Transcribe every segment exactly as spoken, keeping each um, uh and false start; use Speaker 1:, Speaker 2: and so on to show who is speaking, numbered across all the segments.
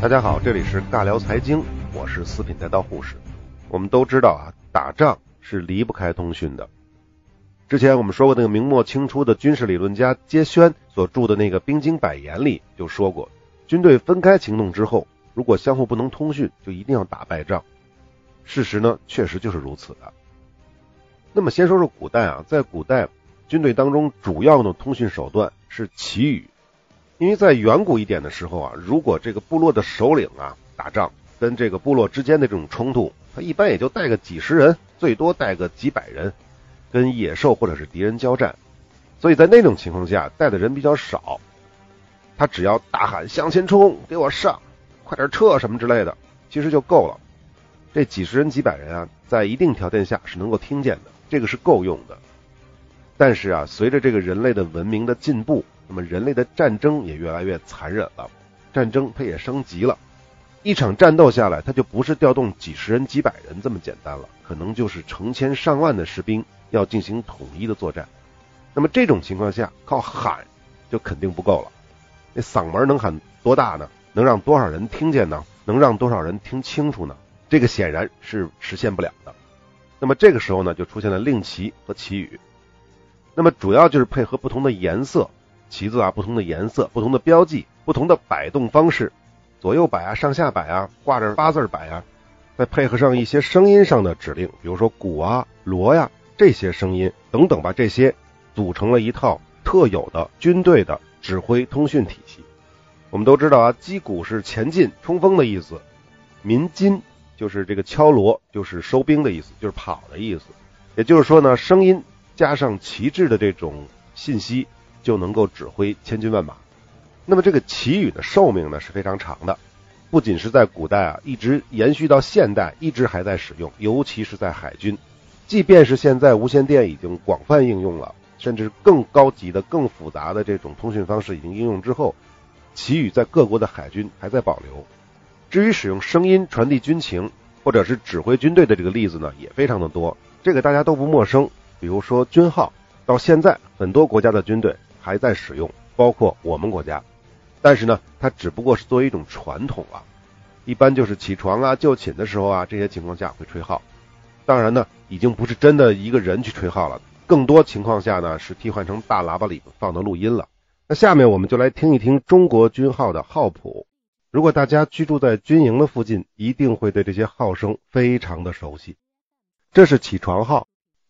Speaker 1: 大家好，这里是尬聊财经，我是四品带刀护士。我们都知道啊，打仗是离不开通讯的。之前我们说过，那个明末清初的军事理论家阶轩所著的那个《兵经百言》里就说过，军队分开行动之后，如果相互不能通讯，就一定要打败仗。事实呢，确实就是如此的。那么先说说古代啊，在古代军队当中主要的通讯手段是旗语。因为在远古一点的时候啊，如果这个部落的首领啊打仗，跟这个部落之间的这种冲突，他一般也就带个几十人，最多带个几百人，跟野兽或者是敌人交战。所以在那种情况下，带的人比较少，他只要大喊向前冲，给我上，快点撤什么之类的，其实就够了。这几十人几百人啊，在一定条件下是能够听见的，这个是够用的。但是啊，随着这个人类的文明的进步，那么人类的战争也越来越残忍了，战争它也升级了。一场战斗下来，它就不是调动几十人几百人这么简单了，可能就是成千上万的士兵要进行统一的作战。那么这种情况下，靠喊就肯定不够了。那嗓门能喊多大呢？能让多少人听见呢？能让多少人听清楚呢？这个显然是实现不了的。那么这个时候呢，就出现了令旗和旗语。那么主要就是配合不同的颜色，旗子啊，不同的颜色，不同的标记，不同的摆动方式，左右摆啊，上下摆啊，挂着八字摆啊，再配合上一些声音上的指令，比如说鼓啊、锣呀、这些声音等等吧，这些组成了一套特有的军队的指挥通讯体系。我们都知道啊，击鼓是前进冲锋的意思，鸣金就是这个敲锣，就是收兵的意思，就是跑的意思。也就是说呢，声音加上旗帜的这种信息，就能够指挥千军万马。那么这个旗语的寿命呢是非常长的，不仅是在古代啊，一直延续到现代，一直还在使用，尤其是在海军。即便是现在无线电已经广泛应用了，甚至更高级的更复杂的这种通讯方式已经应用之后，旗语在各国的海军还在保留。至于使用声音传递军情或者是指挥军队的这个例子呢，也非常的多，这个大家都不陌生。比如说军号，到现在很多国家的军队还在使用，包括我们国家。但是呢，它只不过是作为一种传统啊，一般就是起床啊、就寝的时候啊，这些情况下会吹号。当然呢，已经不是真的一个人去吹号了，更多情况下呢是替换成大喇叭里放的录音了。那下面我们就来听一听中国军号的号谱。如果大家居住在军营的附近，一定会对这些号声非常的熟悉。这是起床号。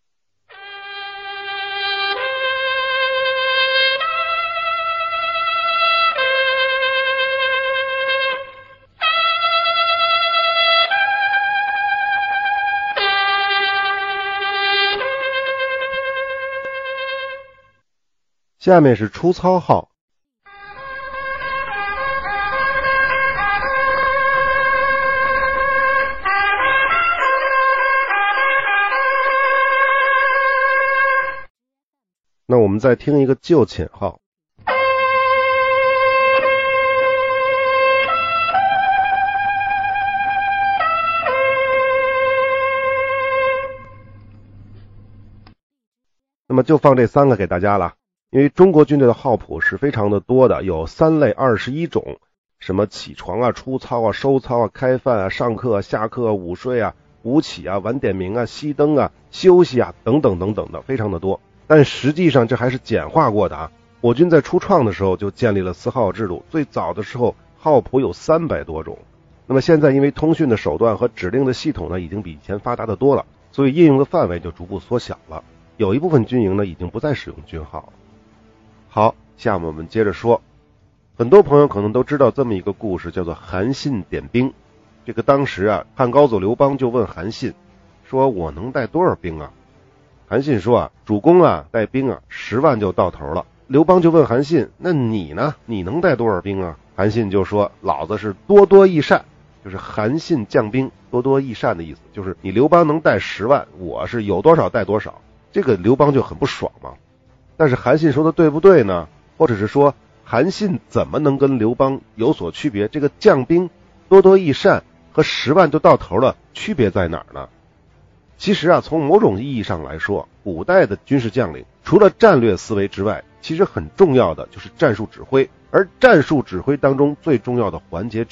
Speaker 1: 下面是出操号。那我们再听一个就寝号。那么就放这三个给大家了。因为中国军队的号谱是非常的多的，有三类二十一种，什么起床啊、出操啊、收操啊、开饭啊、上课啊、下课啊、午睡啊、午起啊、晚点名啊、熄灯啊、休息啊等等等等的，非常的多。但实际上这还是简化过的啊。我军在初创的时候就建立了四号制度，最早的时候号谱有三百多种。那么现在因为通讯的手段和指令的系统呢，已经比以前发达的多了，所以应用的范围就逐步缩小了。有一部分军营呢，已经不再使用军号了。好，下面我们接着说。很多朋友可能都知道这么一个故事，叫做韩信点兵。这个当时啊，汉高祖刘邦就问韩信说，我能带多少兵啊？韩信说啊，主公啊带兵啊十万就到头了。刘邦就问韩信，那你呢？你能带多少兵啊？韩信就说，老子是多多益善，就是韩信将兵多多益善的意思，就是你刘邦能带十万，我是有多少带多少。这个刘邦就很不爽嘛。但是韩信说的对不对呢？或者是说韩信怎么能跟刘邦有所区别？这个将兵多多益善和十万就到头了，区别在哪儿呢？其实啊，从某种意义上来说，古代的军事将领除了战略思维之外，其实很重要的就是战术指挥，而战术指挥当中最重要的环节之一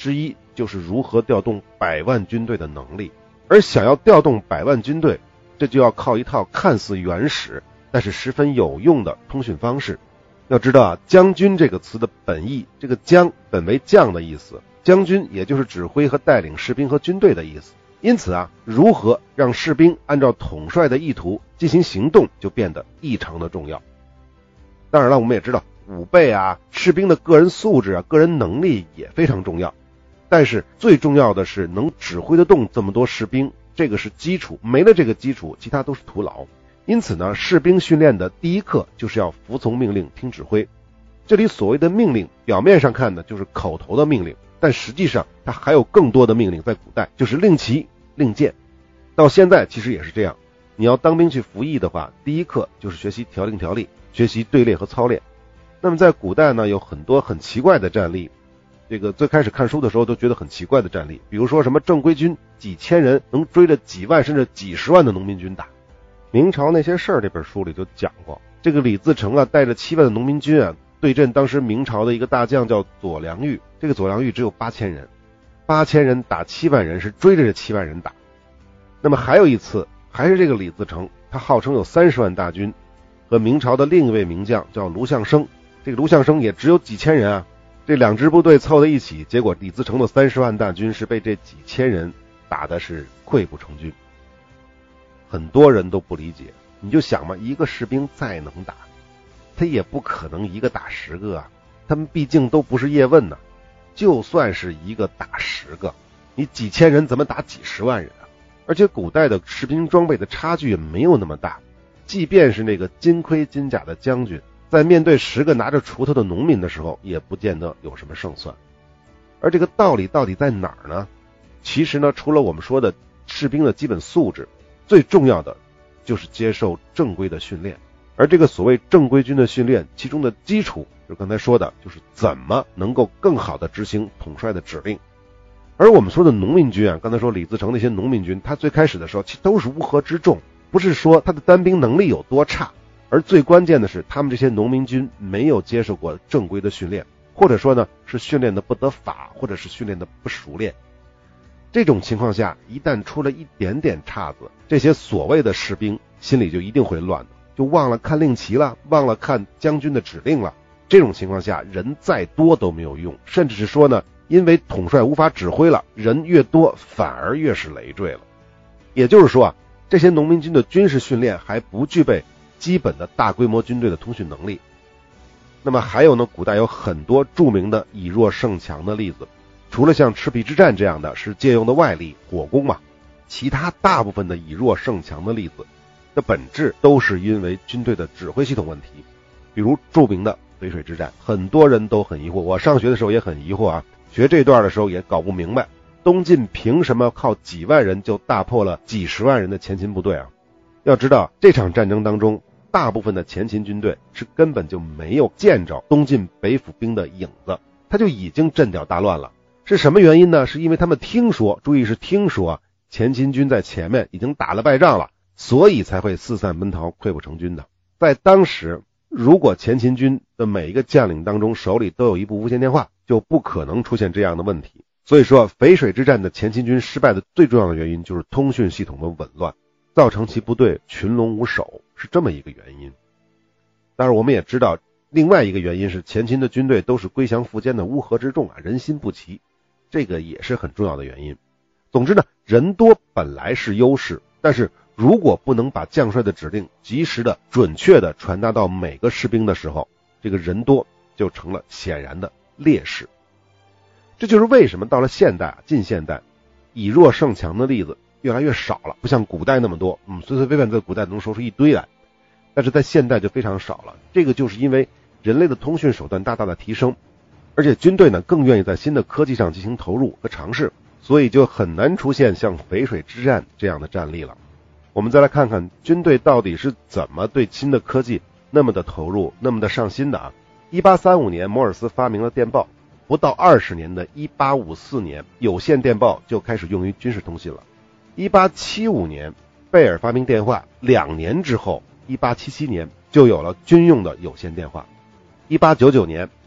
Speaker 1: 就是如何调动百万军队的能力。而想要调动百万军队，这就要靠一套看似原始但是十分有用的通讯方式。要知道啊，将军这个词的本意，这个将本为将的意思，将军也就是指挥和带领士兵和军队的意思。因此啊，如何让士兵按照统帅的意图进行行动，就变得异常的重要。当然了，我们也知道武备啊，士兵的个人素质啊，个人能力也非常重要。但是最重要的是能指挥得动这么多士兵，这个是基础，没了这个基础，其他都是徒劳。因此呢，士兵训练的第一课就是要服从命令，听指挥。这里所谓的命令，表面上看呢就是口头的命令，但实际上它还有更多的命令，在古代就是令旗、令箭。到现在其实也是这样，你要当兵去服役的话，第一课就是学习条令条例，学习队列和操练。那么在古代呢，有很多很奇怪的战例，这个最开始看书的时候都觉得很奇怪的战例，比如说什么正规军几千人能追着几万甚至几十万的农民军打。明朝那些事儿这本书里就讲过，这个李自成啊带着七万的农民军啊对阵当时明朝的一个大将叫左良玉，这个左良玉只有八千人，八千人打七万人，是追着这七万人打。那么还有一次，还是这个李自成，他号称有三十万大军，和明朝的另一位名将叫卢象升，这个卢象升也只有几千人啊，这两支部队凑在一起，结果李自成的三十万大军是被这几千人打的是溃不成军。很多人都不理解，你就想嘛，一个士兵再能打，他也不可能一个打十个啊，他们毕竟都不是叶问呢。就算是一个打十个，你几千人怎么打几十万人啊？而且古代的士兵装备的差距也没有那么大，即便是那个金盔金甲的将军，在面对十个拿着锄头的农民的时候，也不见得有什么胜算。而这个道理到底在哪儿呢？其实呢，除了我们说的士兵的基本素质，最重要的就是接受正规的训练。而这个所谓正规军的训练，其中的基础就是刚才说的，就是怎么能够更好的执行统帅的指令。而我们说的农民军啊，刚才说李自成那些农民军，他最开始的时候其实都是乌合之众，不是说他的单兵能力有多差，而最关键的是他们这些农民军没有接受过正规的训练，或者说呢是训练的不得法，或者是训练的不熟练。这种情况下，一旦出了一点点岔子，这些所谓的士兵心里就一定会乱的，就忘了看令旗了，忘了看将军的指令了。这种情况下，人再多都没有用，甚至是说呢，因为统帅无法指挥了，人越多反而越是累赘了。也就是说啊，这些农民军的军事训练还不具备基本的大规模军队的通讯能力。那么还有呢，古代有很多著名的以弱胜强的例子，除了像赤壁之战这样的是借用的外力火攻嘛，其他大部分的以弱胜强的例子的本质都是因为军队的指挥系统问题。比如著名的淝水之战，很多人都很疑惑，我上学的时候也很疑惑啊，学这段的时候也搞不明白，东晋凭什么靠几万人就大破了几十万人的前秦部队啊？要知道这场战争当中，大部分的前秦军队是根本就没有见着东晋北府兵的影子，他就已经阵脚大乱了。是什么原因呢？是因为他们听说，注意是听说，前秦军在前面已经打了败仗了，所以才会四散奔逃，溃不成军的。在当时，如果前秦军的每一个将领当中手里都有一部无线电话，就不可能出现这样的问题。所以说淝水之战的前秦军失败的最重要的原因就是通讯系统的紊乱，造成其部队群龙无首，是这么一个原因。当然我们也知道，另外一个原因是前秦的军队都是归降苻坚的乌合之众啊，人心不齐，这个也是很重要的原因。总之呢，人多本来是优势，但是如果不能把将帅的指令及时的准确的传达到每个士兵的时候，这个人多就成了显然的劣势。这就是为什么到了现代近现代，以弱胜强的例子越来越少了，不像古代那么多，嗯，随随便便在古代能说出一堆来，但是在现代就非常少了。这个就是因为人类的通讯手段大大的提升，而且军队呢更愿意在新的科技上进行投入和尝试，所以就很难出现像淝水之战这样的战例了。我们再来看看军队到底是怎么对新的科技那么的投入，那么的上心的啊。一八三五年摩尔斯发明了电报，不到二十年的一八五四年，有线电报就开始用于军事通信了。一八七五年贝尔发明电话，两年之后一八七七年就有了军用的有线电话。一八九九年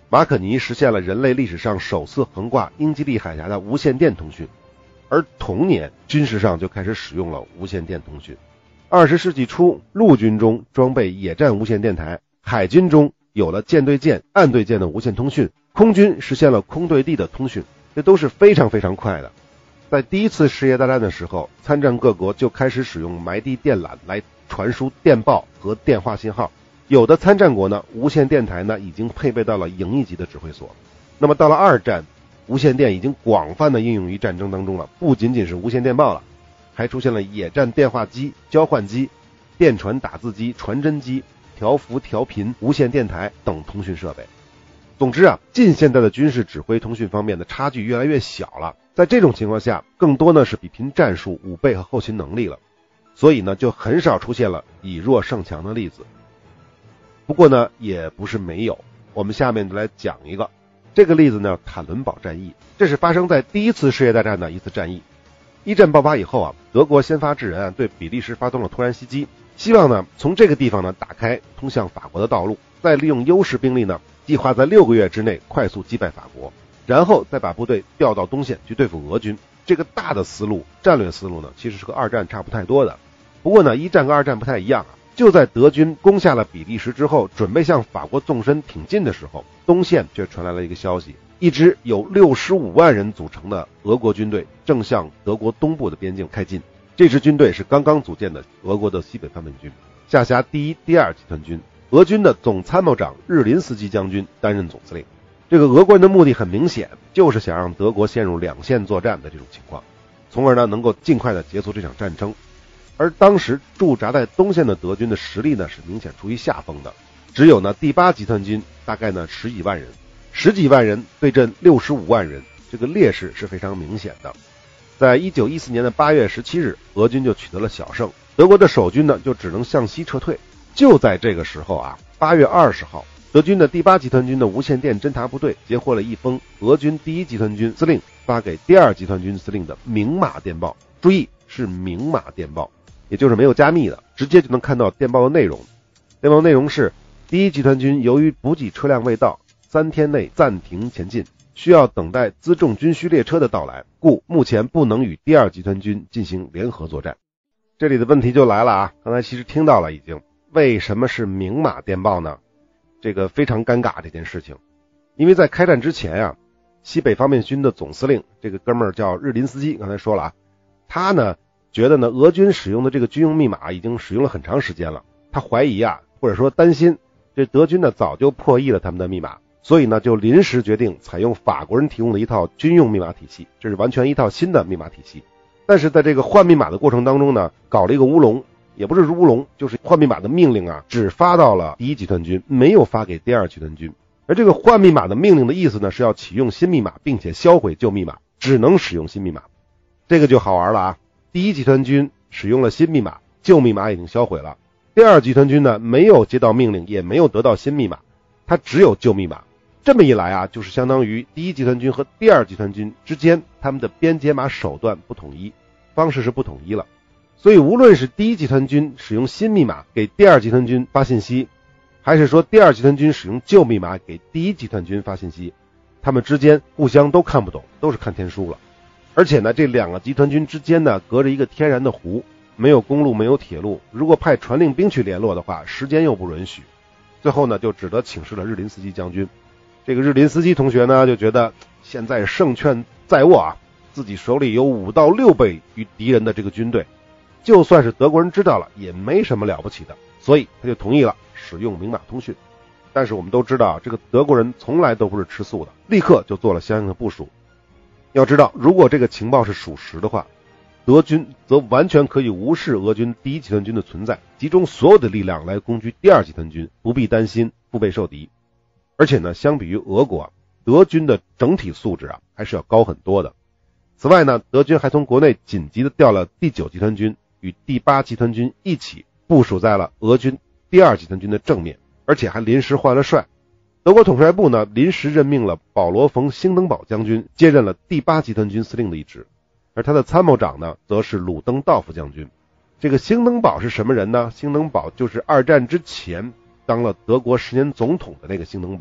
Speaker 1: 马可尼实现了人类历史上首次横跨英吉利海峡的无线电通讯，而同年军事上就开始使用了无线电通讯。二十世纪初，陆军中装备野战无线电台，海军中有了舰对舰、岸对舰的无线通讯，空军实现了空对地的通讯，这都是非常非常快的。在第一次世界大战的时候，参战各国就开始使用埋地电缆来传输电报和电话信号，有的参战国呢，无线电台呢已经配备到了营役级的指挥所。那么到了二战，无线电已经广泛的应用于战争当中了，不仅仅是无线电报了，还出现了野战电话机、交换机、电传打字机、传真机、调幅调频、无线电台等通讯设备。总之啊，近现代的军事指挥通讯方面的差距越来越小了，在这种情况下，更多呢是比拼战术、武备和后勤能力了，所以呢就很少出现了以弱胜强的例子。不过呢也不是没有，我们下面就来讲一个，这个例子呢塔伦堡战役，这是发生在第一次世界大战的一次战役。一战爆发以后啊，德国先发制人啊，对比利时发动了突然袭击，希望呢从这个地方呢打开通向法国的道路，再利用优势兵力呢，计划在六个月之内快速击败法国，然后再把部队调到东线去对付俄军。这个大的思路、战略思路呢，其实是和二战差不太多的。不过呢，一战和二战不太一样啊。就在德军攻下了比利时之后，准备向法国纵深挺进的时候，东线却传来了一个消息，一支有六十五万人组成的俄国军队正向德国东部的边境开进。这支军队是刚刚组建的俄国的西北方面军，下辖第一、第二集团军，俄军的总参谋长日林斯基将军担任总司令。这个俄国人的目的很明显，就是想让德国陷入两线作战的这种情况，从而呢能够尽快的结束这场战争。而当时驻扎在东线的德军的实力呢是明显处于下风的，只有呢第八集团军大概呢十几万人，十几万人对阵六十五万人，这个劣势是非常明显的。在一九一四年的八月十七日，俄军就取得了小胜，德国的守军呢就只能向西撤退。就在这个时候啊，八月二十号，德军的第八集团军的无线电侦察部队截获了一封俄军第一集团军司令发给第二集团军司令的明码电报，注意是明码电报，也就是没有加密的，直接就能看到电报的内容。电报内容是：第一集团军由于补给车辆未到，三天内暂停前进，需要等待辎重军需列车的到来，故目前不能与第二集团军进行联合作战。这里的问题就来了啊，刚才其实听到了已经，为什么是明码电报呢？这个非常尴尬这件事情，因为在开战之前啊，西北方面军的总司令这个哥们儿叫日林斯基，刚才说了啊，他呢觉得呢俄军使用的这个军用密码已经使用了很长时间了，他怀疑啊或者说担心这德军呢早就破译了他们的密码，所以呢就临时决定采用法国人提供的一套军用密码体系，这是完全一套新的密码体系。但是在这个换密码的过程当中呢，搞了一个乌龙，也不是乌龙，就是换密码的命令啊只发到了第一集团军，没有发给第二集团军。而这个换密码的命令的意思呢是要启用新密码，并且销毁旧密码，只能使用新密码。这个就好玩了啊，第一集团军使用了新密码，旧密码已经销毁了。第二集团军呢没有接到命令，也没有得到新密码，它只有旧密码。这么一来啊，就是相当于第一集团军和第二集团军之间他们的编解码手段不统一，方式是不统一了。所以无论是第一集团军使用新密码给第二集团军发信息，还是说第二集团军使用旧密码给第一集团军发信息，他们之间互相都看不懂，都是看天书了。而且呢，这两个集团军之间呢隔着一个天然的湖，没有公路，没有铁路，如果派传令兵去联络的话，时间又不允许。最后呢就只得请示了日林斯基将军。这个日林斯基同学呢就觉得现在胜券在握啊，自己手里有五到六倍于敌人的这个军队，就算是德国人知道了也没什么了不起的，所以他就同意了使用明码通讯。但是我们都知道这个德国人从来都不是吃素的，立刻就做了相应的部署。要知道如果这个情报是属实的话，德军则完全可以无视俄军第一集团军的存在，集中所有的力量来攻击第二集团军，不必担心腹背受敌。而且呢，相比于俄国，德军的整体素质啊还是要高很多的。此外呢，德军还从国内紧急的调了第九集团军与第八集团军一起部署在了俄军第二集团军的正面，而且还临时换了帅。德国统帅部呢临时任命了保罗·冯·兴登堡将军接任了第八集团军司令的一职，而他的参谋长呢则是鲁登道夫将军。这个兴登堡是什么人呢？兴登堡就是二战之前当了德国十年总统的那个兴登堡，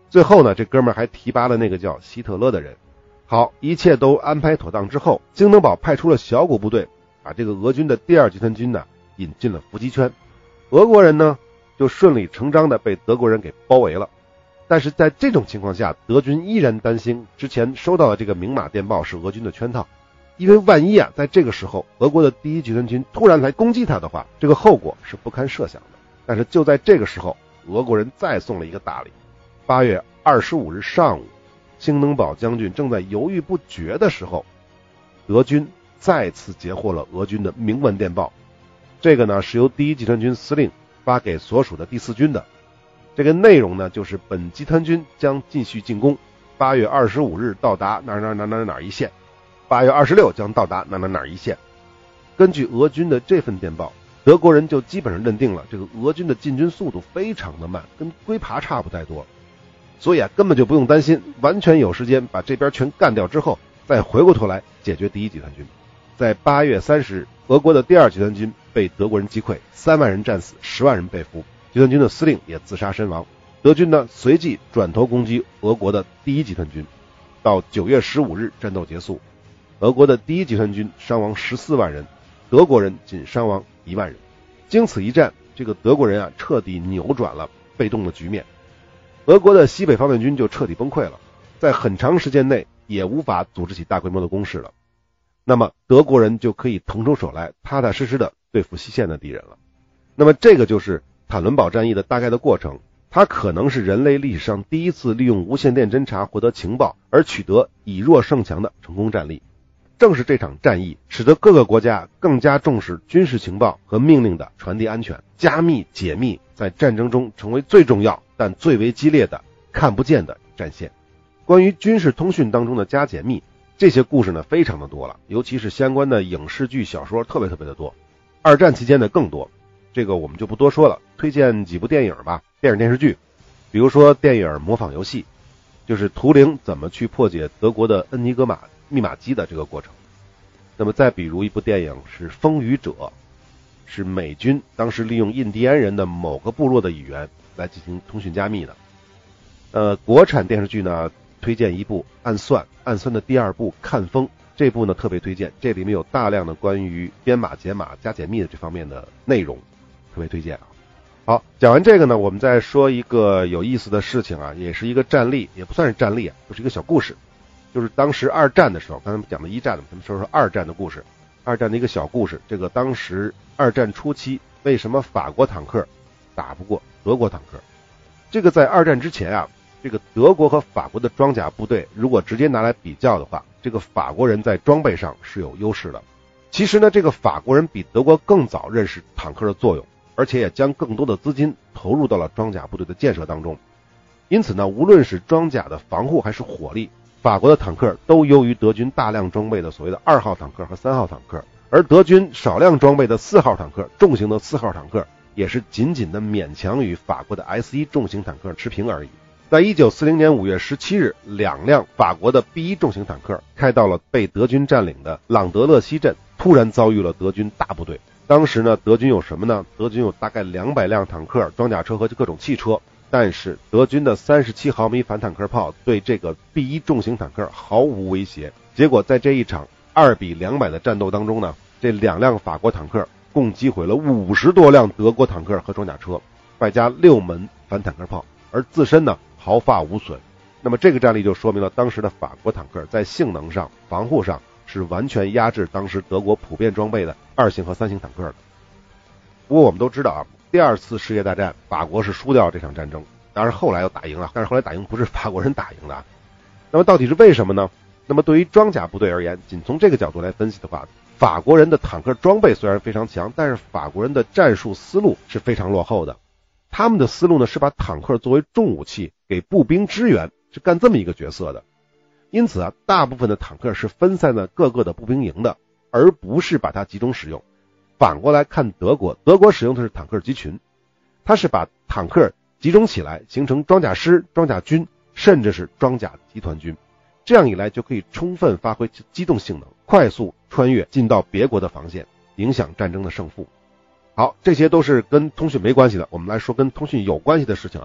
Speaker 1: 最后呢，这哥们儿还提拔了那个叫希特勒的人。好，一切都安排妥当之后，兴登堡派出了小股部队，把这个俄军的第二集团军呢引进了伏击圈。俄国人呢就顺理成章的被德国人给包围了。但是在这种情况下，德军依然担心之前收到的这个明码电报是俄军的圈套，因为万一啊，在这个时候俄国的第一集团军突然来攻击他的话，这个后果是不堪设想的。但是就在这个时候，俄国人再送了一个大礼。八月二十五日上午，兴登堡将军正在犹豫不决的时候，德军再次截获了俄军的明文电报。这个呢是由第一集团军司令发给所属的第四军的。这个内容呢就是本集团军将继续进攻，八月二十五日到达哪哪哪哪哪一线，八月二十六将到达哪哪哪一线。根据俄军的这份电报，德国人就基本上认定了这个俄军的进军速度非常的慢，跟龟爬差不太多，所以啊根本就不用担心，完全有时间把这边全干掉之后再回过头来解决第一集团军。在八月三十日，俄国的第二集团军被德国人击溃，三万人战死，十万人被俘，集团军的司令也自杀身亡。德军呢随即转头攻击俄国的第一集团军。到九月十五日，战斗结束，俄国的第一集团军伤亡十四万人，德国人仅伤亡一万人。经此一战，这个德国人啊彻底扭转了被动的局面，俄国的西北方面军就彻底崩溃了，在很长时间内也无法组织起大规模的攻势了。那么德国人就可以腾出手来，踏踏实实的对付西线的敌人了。那么这个就是坦伦堡战役的大概的过程，它可能是人类历史上第一次利用无线电侦察获得情报而取得以弱胜强的成功战例。正是这场战役使得各个国家更加重视军事情报和命令的传递安全，加密解密在战争中成为最重要但最为激烈的看不见的战线。关于军事通讯当中的加解密，这些故事呢非常的多了，尤其是相关的影视剧小说特别特别的多，二战期间的更多，这个我们就不多说了，推荐几部电影吧，电影电视剧。比如说电影《模仿游戏》，就是图灵怎么去破解德国的恩尼格玛密码机的这个过程。那么再比如一部电影是《风雨者》，是美军当时利用印第安人的某个部落的语言来进行通讯加密的。呃，国产电视剧呢推荐一部《暗算》，暗算的第二部《看风》，这部呢特别推荐，这里面有大量的关于编码解码加解密的这方面的内容，特别推荐啊。好，讲完这个呢，我们再说一个有意思的事情啊，也是一个战例，也不算是战例啊，就是一个小故事。就是当时二战的时候，刚才讲的一战的，咱们说说二战的故事。二战的一个小故事，这个当时二战初期为什么法国坦克打不过德国坦克？这个在二战之前啊，这个德国和法国的装甲部队如果直接拿来比较的话，这个法国人在装备上是有优势的。其实呢，这个法国人比德国更早认识坦克的作用，而且也将更多的资金投入到了装甲部队的建设当中。因此呢，无论是装甲的防护还是火力，法国的坦克都优于德军大量装备的所谓的二号坦克和三号坦克，而德军少量装备的四号坦克，重型的四号坦克也是仅仅的勉强与法国的 S 一 重型坦克持平而已。在一九四零年五月十七日，两辆法国的 B 一 重型坦克开到了被德军占领的朗德勒西镇，突然遭遇了德军大部队。当时呢，德军有什么呢？德军有大概两百辆坦克、装甲车和各种汽车，但是德军的三十七毫米反坦克炮对这个 B 一 重型坦克毫无威胁。结果在这一场二比两百的战斗当中呢，这两辆法国坦克共击毁了五十多辆德国坦克和装甲车，外加六门反坦克炮，而自身呢毫发无损。那么这个战例就说明了当时的法国坦克在性能上、防护上是完全压制当时德国普遍装备的二型和三型坦克的。不过我们都知道啊，第二次世界大战法国是输掉这场战争，当然后来又打赢了，但是后来打赢不是法国人打赢的。那么到底是为什么呢？那么对于装甲部队而言，仅从这个角度来分析的话，法国人的坦克装备虽然非常强，但是法国人的战术思路是非常落后的。他们的思路呢是把坦克作为重武器给步兵支援，是干这么一个角色的。因此啊，大部分的坦克是分散在各个的步兵营的，而不是把它集中使用。反过来看德国，德国使用的是坦克集群，它是把坦克集中起来形成装甲师、装甲军，甚至是装甲集团军。这样一来就可以充分发挥机动性能，快速穿越进到别国的防线，影响战争的胜负。好，这些都是跟通讯没关系的，我们来说跟通讯有关系的事情啊。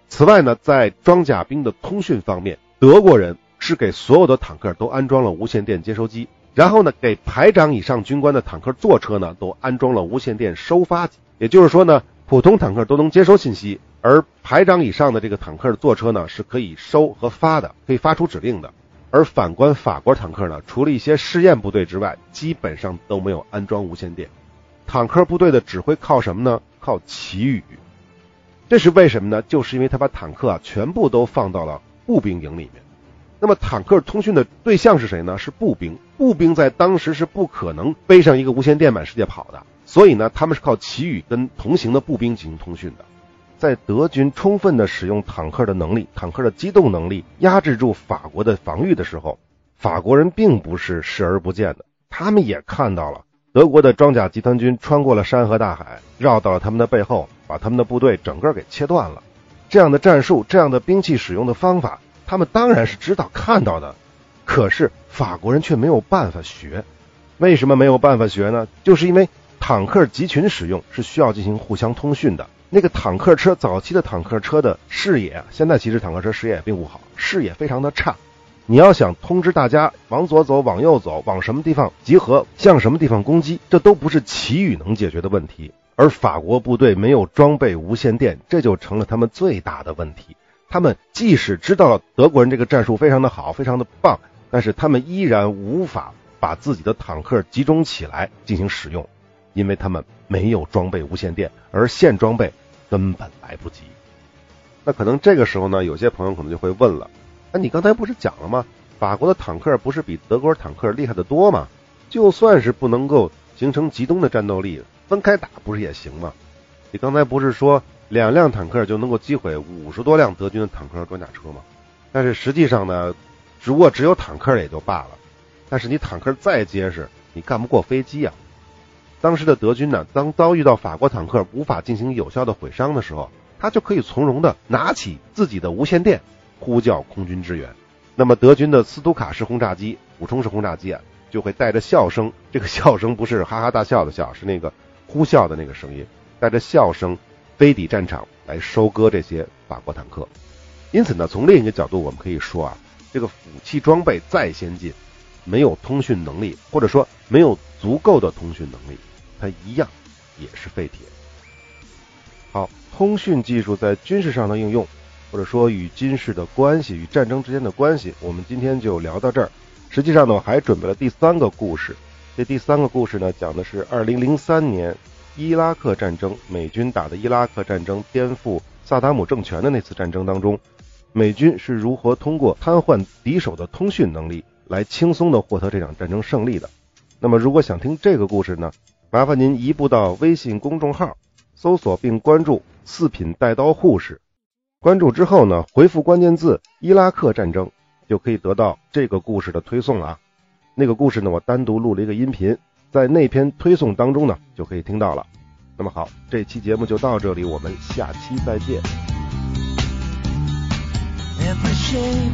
Speaker 1: 此外呢，在装甲兵的通讯方面，德国人是给所有的坦克都安装了无线电接收机，然后呢，给排长以上军官的坦克座车呢都安装了无线电收发机。也就是说呢，普通坦克都能接收信息，而排长以上的这个坦克的座车呢是可以收和发的，可以发出指令的。而反观法国坦克呢，除了一些试验部队之外，基本上都没有安装无线电。坦克部队的指挥靠什么呢？靠旗语。这是为什么呢？就是因为他把坦克啊全部都放到了步兵营里面。那么坦克通讯的对象是谁呢？是步兵。步兵在当时是不可能背上一个无线电满世界跑的，所以呢，他们是靠旗语跟同行的步兵进行通讯的。在德军充分的使用坦克的能力，坦克的机动能力压制住法国的防御的时候，法国人并不是视而不见的，他们也看到了德国的装甲集团军穿过了山河大海，绕到了他们的背后，把他们的部队整个给切断了。这样的战术，这样的兵器使用的方法，他们当然是知道看到的，可是法国人却没有办法学。为什么没有办法学呢？就是因为坦克集群使用是需要进行互相通讯的。那个坦克车，早期的坦克车的视野，现在其实坦克车视野并不好，视野非常的差。你要想通知大家往左走，往右走，往什么地方集合，向什么地方攻击，这都不是旗语能解决的问题。而法国部队没有装备无线电，这就成了他们最大的问题。他们即使知道了德国人这个战术非常的好，非常的棒，但是他们依然无法把自己的坦克集中起来进行使用，因为他们没有装备无线电，而现装备根本来不及。那可能这个时候呢，有些朋友可能就会问了，那你刚才不是讲了吗？法国的坦克不是比德国坦克厉害得多吗？就算是不能够形成集中的战斗力，分开打不是也行吗？你刚才不是说两辆坦克就能够击毁五十多辆德军的坦克和装甲车吗？但是实际上呢，如果只有坦克也就罢了，但是你坦克再结实，你干不过飞机啊。当时的德军呢，当遭遇到法国坦克无法进行有效的毁伤的时候，他就可以从容的拿起自己的无线电呼叫空军支援。那么德军的斯图卡式轰炸机、俯冲式轰炸机啊，就会带着笑声，这个笑声不是哈哈大笑的笑，是那个呼啸的那个声音，带着笑声飞抵战场来收割这些法国坦克。因此呢，从另一个角度我们可以说啊，这个武器装备再先进，没有通讯能力，或者说没有足够的通讯能力，它一样也是废铁。好，通讯技术在军事上的应用，或者说与军事的关系，与战争之间的关系，我们今天就聊到这儿。实际上呢，我还准备了第三个故事。这第三个故事呢，讲的是二零零三年伊拉克战争，美军打的伊拉克战争颠覆萨达姆政权的那次战争当中，美军是如何通过瘫痪敌手的通讯能力来轻松地获得这场战争胜利的。那么如果想听这个故事呢，麻烦您移步到微信公众号，搜索并关注四品带刀护士，关注之后呢，回复关键字伊拉克战争，就可以得到这个故事的推送了啊。那个故事呢，我单独录了一个音频，在那篇推送当中呢就可以听到了。那么好，这期节目就到这里，我们下期再见。Every shape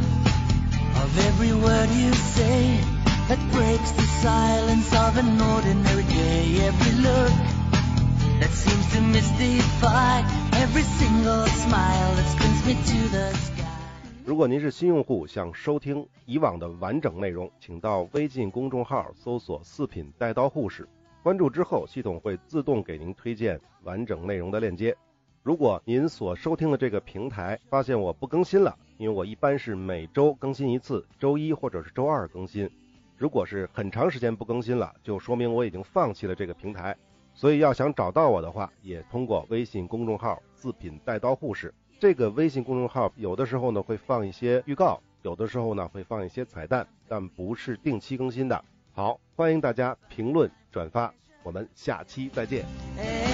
Speaker 1: of every word you say that breaks the silence of an ordinary day, every look that seems to mystify, every single smile that spins me to the sky。 如果您是新用户，想收听以往的完整内容，请到微信公众号搜索四品带刀护士，关注之后系统会自动给您推荐完整内容的链接。如果您所收听的这个平台发现我不更新了，因为我一般是每周更新一次，周一或者是周二更新，如果是很长时间不更新了，就说明我已经放弃了这个平台。所以要想找到我的话，也通过微信公众号四品带刀护士。这个微信公众号有的时候呢会放一些预告，有的时候呢会放一些彩蛋，但不是定期更新的。好，欢迎大家评论转发，我们下期再见。